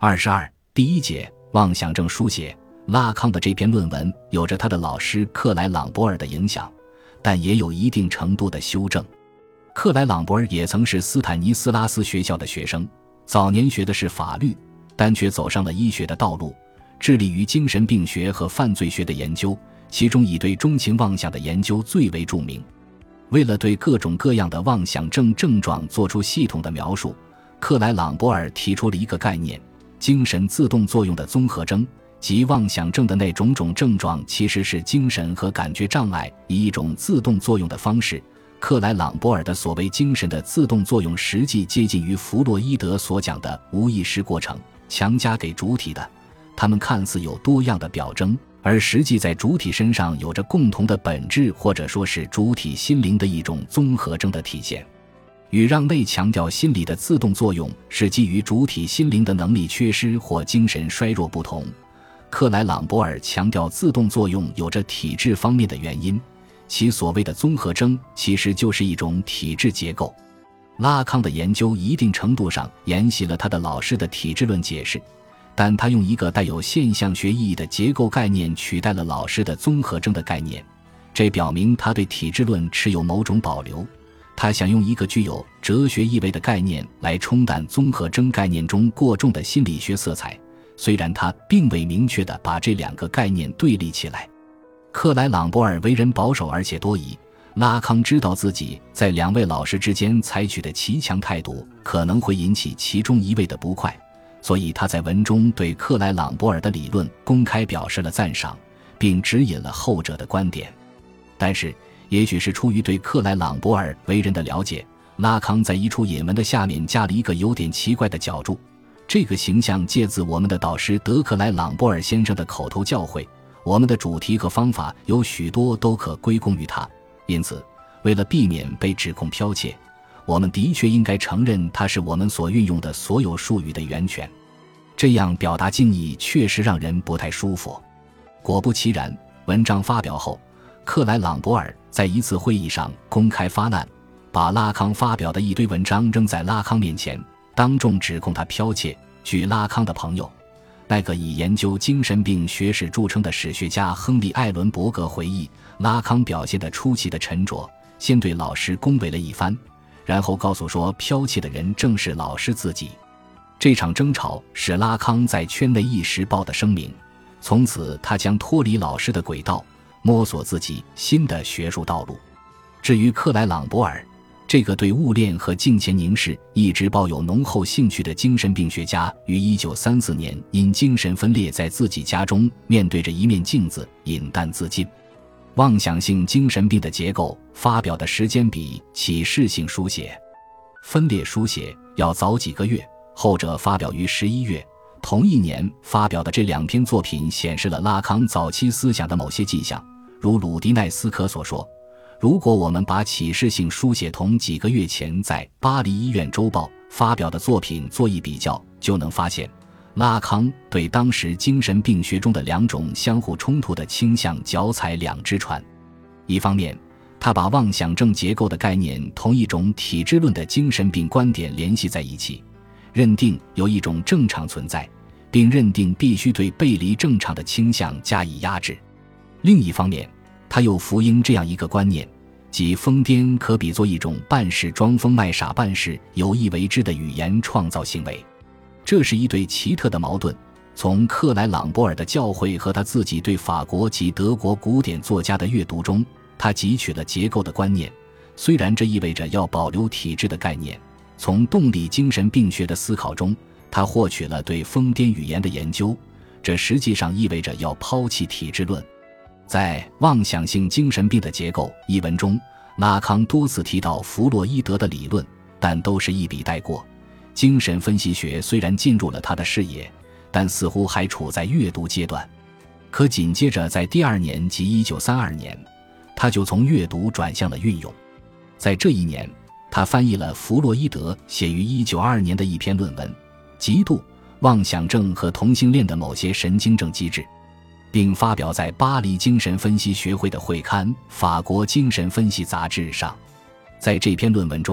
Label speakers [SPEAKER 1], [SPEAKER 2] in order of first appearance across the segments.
[SPEAKER 1] 22第一节妄想症书写。拉康的这篇论文有着他的老师克莱朗博尔的影响，但也有一定程度的修正。克莱朗博尔也曾是斯坦尼斯拉斯学校的学生，早年学的是法律，但却走上了医学的道路，致力于精神病学和犯罪学的研究，其中以对钟情妄想的研究最为著名。为了对各种各样的妄想症症状做出系统的描述，克莱朗博尔提出了一个概念：精神自动作用的综合征，即妄想症的那种症状其实是精神和感觉障碍以一种自动作用的方式。克莱朗博尔的所谓精神的自动作用实际接近于弗洛伊德所讲的无意识过程，强加给主体的，它们看似有多样的表征，而实际在主体身上有着共同的本质，或者说是主体心灵的一种综合征的体现。与让内强调心理的自动作用是基于主体心灵的能力缺失或精神衰弱不同，克莱朗博尔强调自动作用有着体质方面的原因，其所谓的综合征其实就是一种体质结构。拉康的研究一定程度上沿袭了他的老师的体质论解释，但他用一个带有现象学意义的结构概念取代了老师的综合征的概念，这表明他对体质论持有某种保留。他想用一个具有哲学意味的概念来冲淡综合征概念中过重的心理学色彩，虽然他并未明确地把这两个概念对立起来。克莱朗博尔为人保守而且多疑，拉康知道自己在两位老师之间采取的骑墙态度可能会引起其中一位的不快，所以他在文中对克莱朗博尔的理论公开表示了赞赏，并指引了后者的观点。但是也许是出于对克莱朗博尔为人的了解，拉康在一处引文的下面加了一个有点奇怪的脚注，这个形象借自我们的导师德克莱朗博尔先生的口头教诲，我们的主题和方法有许多都可归功于他，因此为了避免被指控剽窃，我们的确应该承认他是我们所运用的所有术语的源泉。这样表达敬意确实让人不太舒服。果不其然，文章发表后，克莱朗博尔在一次会议上公开发难，把拉康发表的一堆文章扔在拉康面前，当众指控他剽窃。据拉康的朋友，那个以研究精神病学史著称的史学家亨利·艾伦伯格回忆，拉康表现得出奇的沉着，先对老师恭维了一番，然后告诉说剽窃的人正是老师自己。这场争吵使拉康在圈内一时报的声名，从此他将脱离老师的轨道，摸索自己新的学术道路。至于克莱朗博尔，这个对物恋和镜前凝视一直抱有浓厚兴趣的精神病学家，于1934年因精神分裂在自己家中面对着一面镜子饮弹自尽。妄想性精神病的结构发表的时间比启示性书写、分裂书写要早几个月，后者发表于11月。同一年发表的这两篇作品显示了拉康早期思想的某些迹象，如鲁迪奈斯科所说，如果我们把启示性书写同几个月前在巴黎医院周报发表的作品做一比较，就能发现拉康对当时精神病学中的两种相互冲突的倾向脚踩两只船。一方面，他把妄想症结构的概念同一种体质论的精神病观点联系在一起，认定有一种正常存在，并认定必须对背离正常的倾向加以压制。另一方面，他又福音这样一个观念，即疯癫可比作一种半是装疯卖傻半是有意为之的语言创造行为。这是一对奇特的矛盾，从克莱朗博尔的教诲和他自己对法国及德国古典作家的阅读中，他汲取了结构的观念，虽然这意味着要保留体质的概念。从动力精神病学的思考中，他获取了对疯癫语言的研究，这实际上意味着要抛弃体质论。在妄想性精神病的结构一文中，拉康多次提到弗洛伊德的理论，但都是一笔带过。精神分析学虽然进入了他的视野，但似乎还处在阅读阶段。可紧接着在第二年即1932年，他就从阅读转向了运用。在这一年，他翻译了弗洛伊德写于1922年的一篇论文《嫉妒、妄想症和同性恋的某些神经症机制》，并发表在巴黎精神分析学会的会刊《法国精神分析杂志》上。在这篇论文中，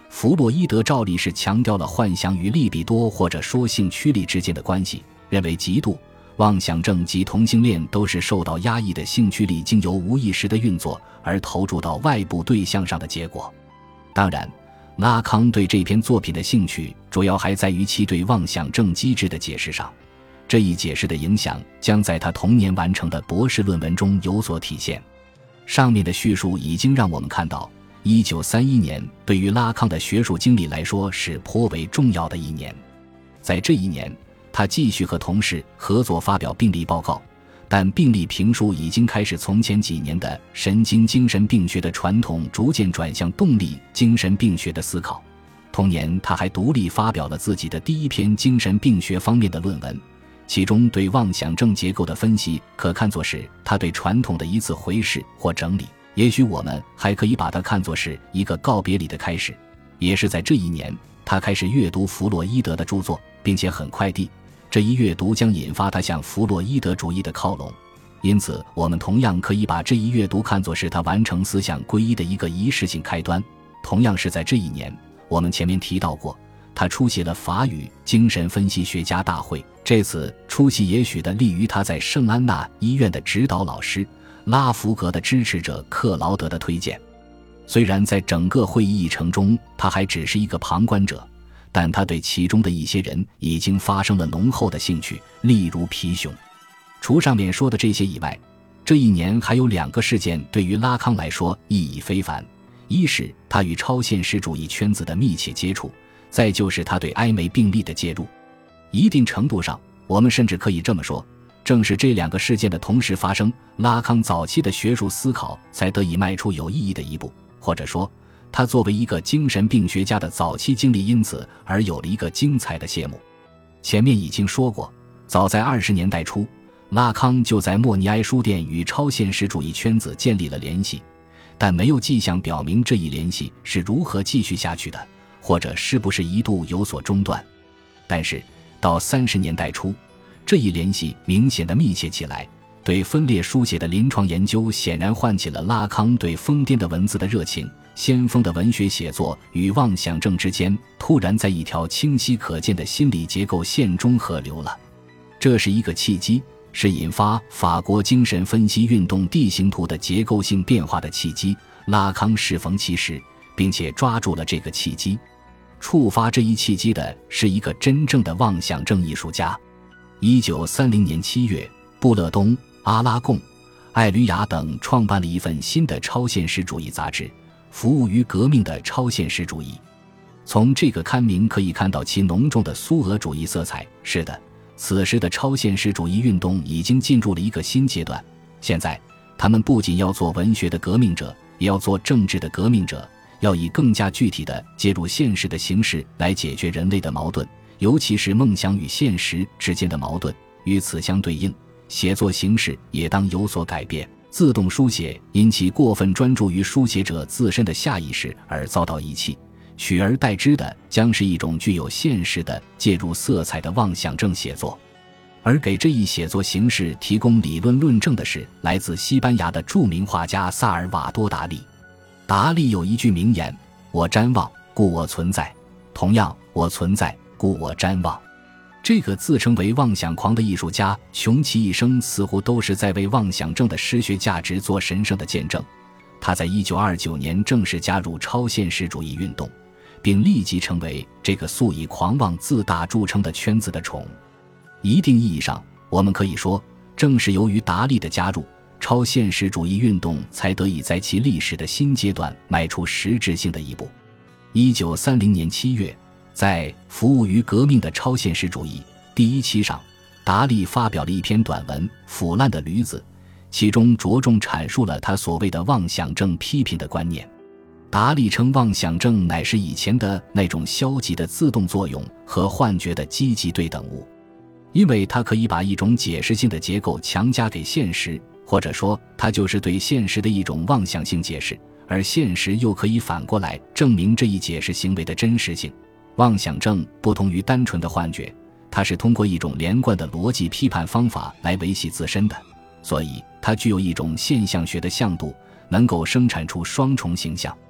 [SPEAKER 1] 弗洛伊德照例是强调了幻想与利比多或者说性驱力之间的关系，认为嫉妒、妄想症及同性恋都是受到压抑的性驱力经由无意识的运作而投注到外部对象上的结果。当然，拉康对这篇作品的兴趣主要还在于其对妄想症机制的解释上，这一解释的影响将在他同年完成的博士论文中有所体现。上面的叙述已经让我们看到1931年对于拉康的学术经历来说是颇为重要的一年。在这一年，他继续和同事合作发表病例报告，但病例评述已经开始从前几年的神经精神病学的传统逐渐转向动力精神病学的思考。同年，他还独立发表了自己的第一篇精神病学方面的论文，其中对妄想症结构的分析可看作是他对传统的一次回视或整理，也许我们还可以把它看作是一个告别礼的开始。也是在这一年，他开始阅读弗洛伊德的著作，并且很快地，这一阅读将引发他向弗洛伊德主义的靠拢。因此，我们同样可以把这一阅读看作是他完成思想归一的一个仪式性开端。同样是在这一年，我们前面提到过，他出席了法语精神分析学家大会，这次出席也许的利于他在圣安娜医院的指导老师拉福格的支持者克劳德的推荐。虽然在整个会议议程中他还只是一个旁观者，但他对其中的一些人已经发生了浓厚的兴趣，例如皮熊。除上面说的这些以外，这一年还有2个事件对于拉康来说意义非凡。一是他与超现实主义圈子的密切接触，再就是他对埃梅病例的介入。一定程度上，我们甚至可以这么说，正是这2个事件的同时发生，拉康早期的学术思考才得以迈出有意义的一步，或者说他作为一个精神病学家的早期经历因此而有了一个精彩的谢幕。前面已经说过，早在20年代初，拉康就在莫尼埃书店与超现实主义圈子建立了联系，但没有迹象表明这一联系是如何继续下去的，或者是不是一度有所中断。但是到30年代初，这一联系明显地密切起来，对分裂书写的临床研究显然唤起了拉康对疯癫的文字的热情。先锋的文学写作与妄想症之间突然在一条清晰可见的心理结构线中合流了。这是一个契机，是引发法国精神分析运动地形图的结构性变化的契机。拉康适逢其时，并且抓住了这个契机。触发这一契机的是一个真正的妄想症艺术家。1930年7月，布勒东、阿拉贡、艾吕雅等创办了一份新的超现实主义杂志，服务于革命的超现实主义。从这个刊名可以看到其浓重的苏俄主义色彩。是的，此时的超现实主义运动已经进入了一个新阶段。现在他们不仅要做文学的革命者，也要做政治的革命者，要以更加具体的介入现实的形式来解决人类的矛盾，尤其是梦想与现实之间的矛盾。与此相对应，写作形式也当有所改变。自动书写因其过分专注于书写者自身的下意识而遭到遗弃，取而代之的将是一种具有现实的介入色彩的妄想症写作。而给这一写作形式提供理论论证的是来自西班牙的著名画家萨尔瓦多·达利。达利有一句名言：我瞻望，故我存在；同样，我存在，故我瞻望。这个自称为妄想狂的艺术家，穷其一生似乎都是在为妄想症的诗学价值做神圣的见证。他在1929年正式加入超现实主义运动，并立即成为这个素以狂妄自大著称的圈子的宠。一定意义上，我们可以说，正是由于达利的加入，超现实主义运动才得以在其历史的新阶段迈出实质性的一步。1930年7月，在服务于革命的超现实主义第1期上，达利发表了一篇短文《腐烂的驴子》，其中着重阐述了他所谓的妄想症批评的观念。达利称妄想症乃是以前的那种消极的自动作用和幻觉的积极对等物，因为它可以把一种解释性的结构强加给现实，或者说它就是对现实的一种妄想性解释，而现实又可以反过来证明这一解释行为的真实性。妄想症不同于单纯的幻觉，它是通过一种连贯的逻辑批判方法来维系自身的，所以它具有一种现象学的向度，能够生产出双重形象。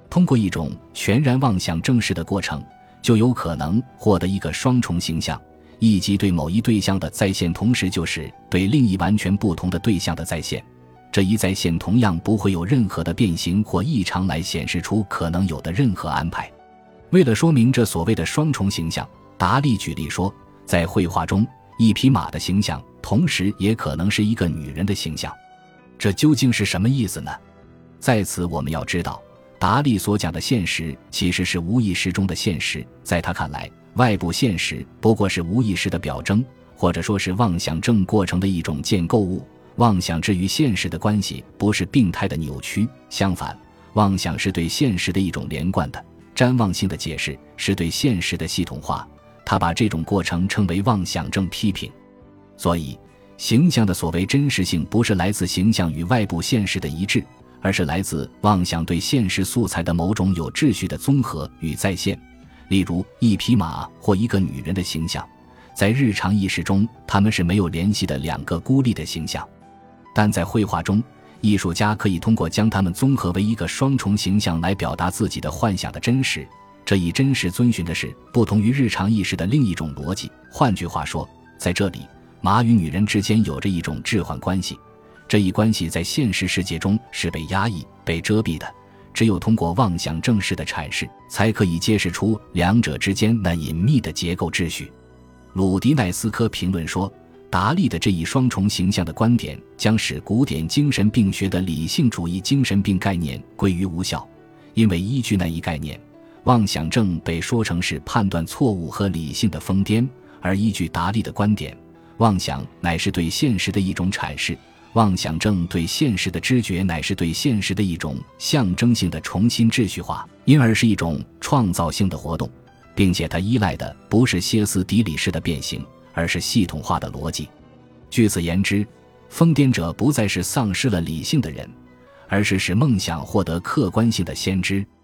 [SPEAKER 1] 通过一种全然妄想正视的过程，就有可能获得一个双重形象，以及对某一对象的再现，同时就是对另一完全不同的对象的再现。这一再现同样不会有任何的变形或异常来显示出可能有的任何安排。为了说明这所谓的双重形象，达利举例说，在绘画中，一匹马的形象同时也可能是一个女人的形象。这究竟是什么意思呢？在此我们要知道，达利所讲的现实其实是无意识中的现实，在他看来，外部现实不过是无意识的表征，或者说是妄想症过程的一种建构物。妄想之于现实的关系不是病态的扭曲，相反，妄想是对现实的一种连贯的瞻望性的解释，是对现实的系统化。他把这种过程称为妄想症批评。所以形象的所谓真实性不是来自形象与外部现实的一致，而是来自妄想对现实素材的某种有秩序的综合与再现。例如一匹马或一个女人的形象，在日常意识中它们是没有联系的两个孤立的形象，但在绘画中，艺术家可以通过将它们综合为一个双重形象来表达自己的幻想的真实。这一真实遵循的是不同于日常意识的另一种逻辑。换句话说，在这里，马与女人之间有着一种置换关系，这一关系在现实世界中是被压抑、被遮蔽的，只有通过妄想正式的阐释，才可以揭示出两者之间那隐秘的结构秩序。鲁迪奈斯科评论说，达利的这一双重形象的观点将使古典精神病学的理性主义精神病概念归于无效，因为依据那一概念，妄想症被说成是判断错误和理性的疯癫，而依据达利的观点，妄想乃是对现实的一种阐释，妄想症对现实的知觉乃是对现实的一种象征性的重新秩序化，因而是一种创造性的活动，并且它依赖的不是歇斯底里式的变形，而是系统化的逻辑。据此言之，疯癫者不再是丧失了理性的人，而是使梦想获得客观性的先知。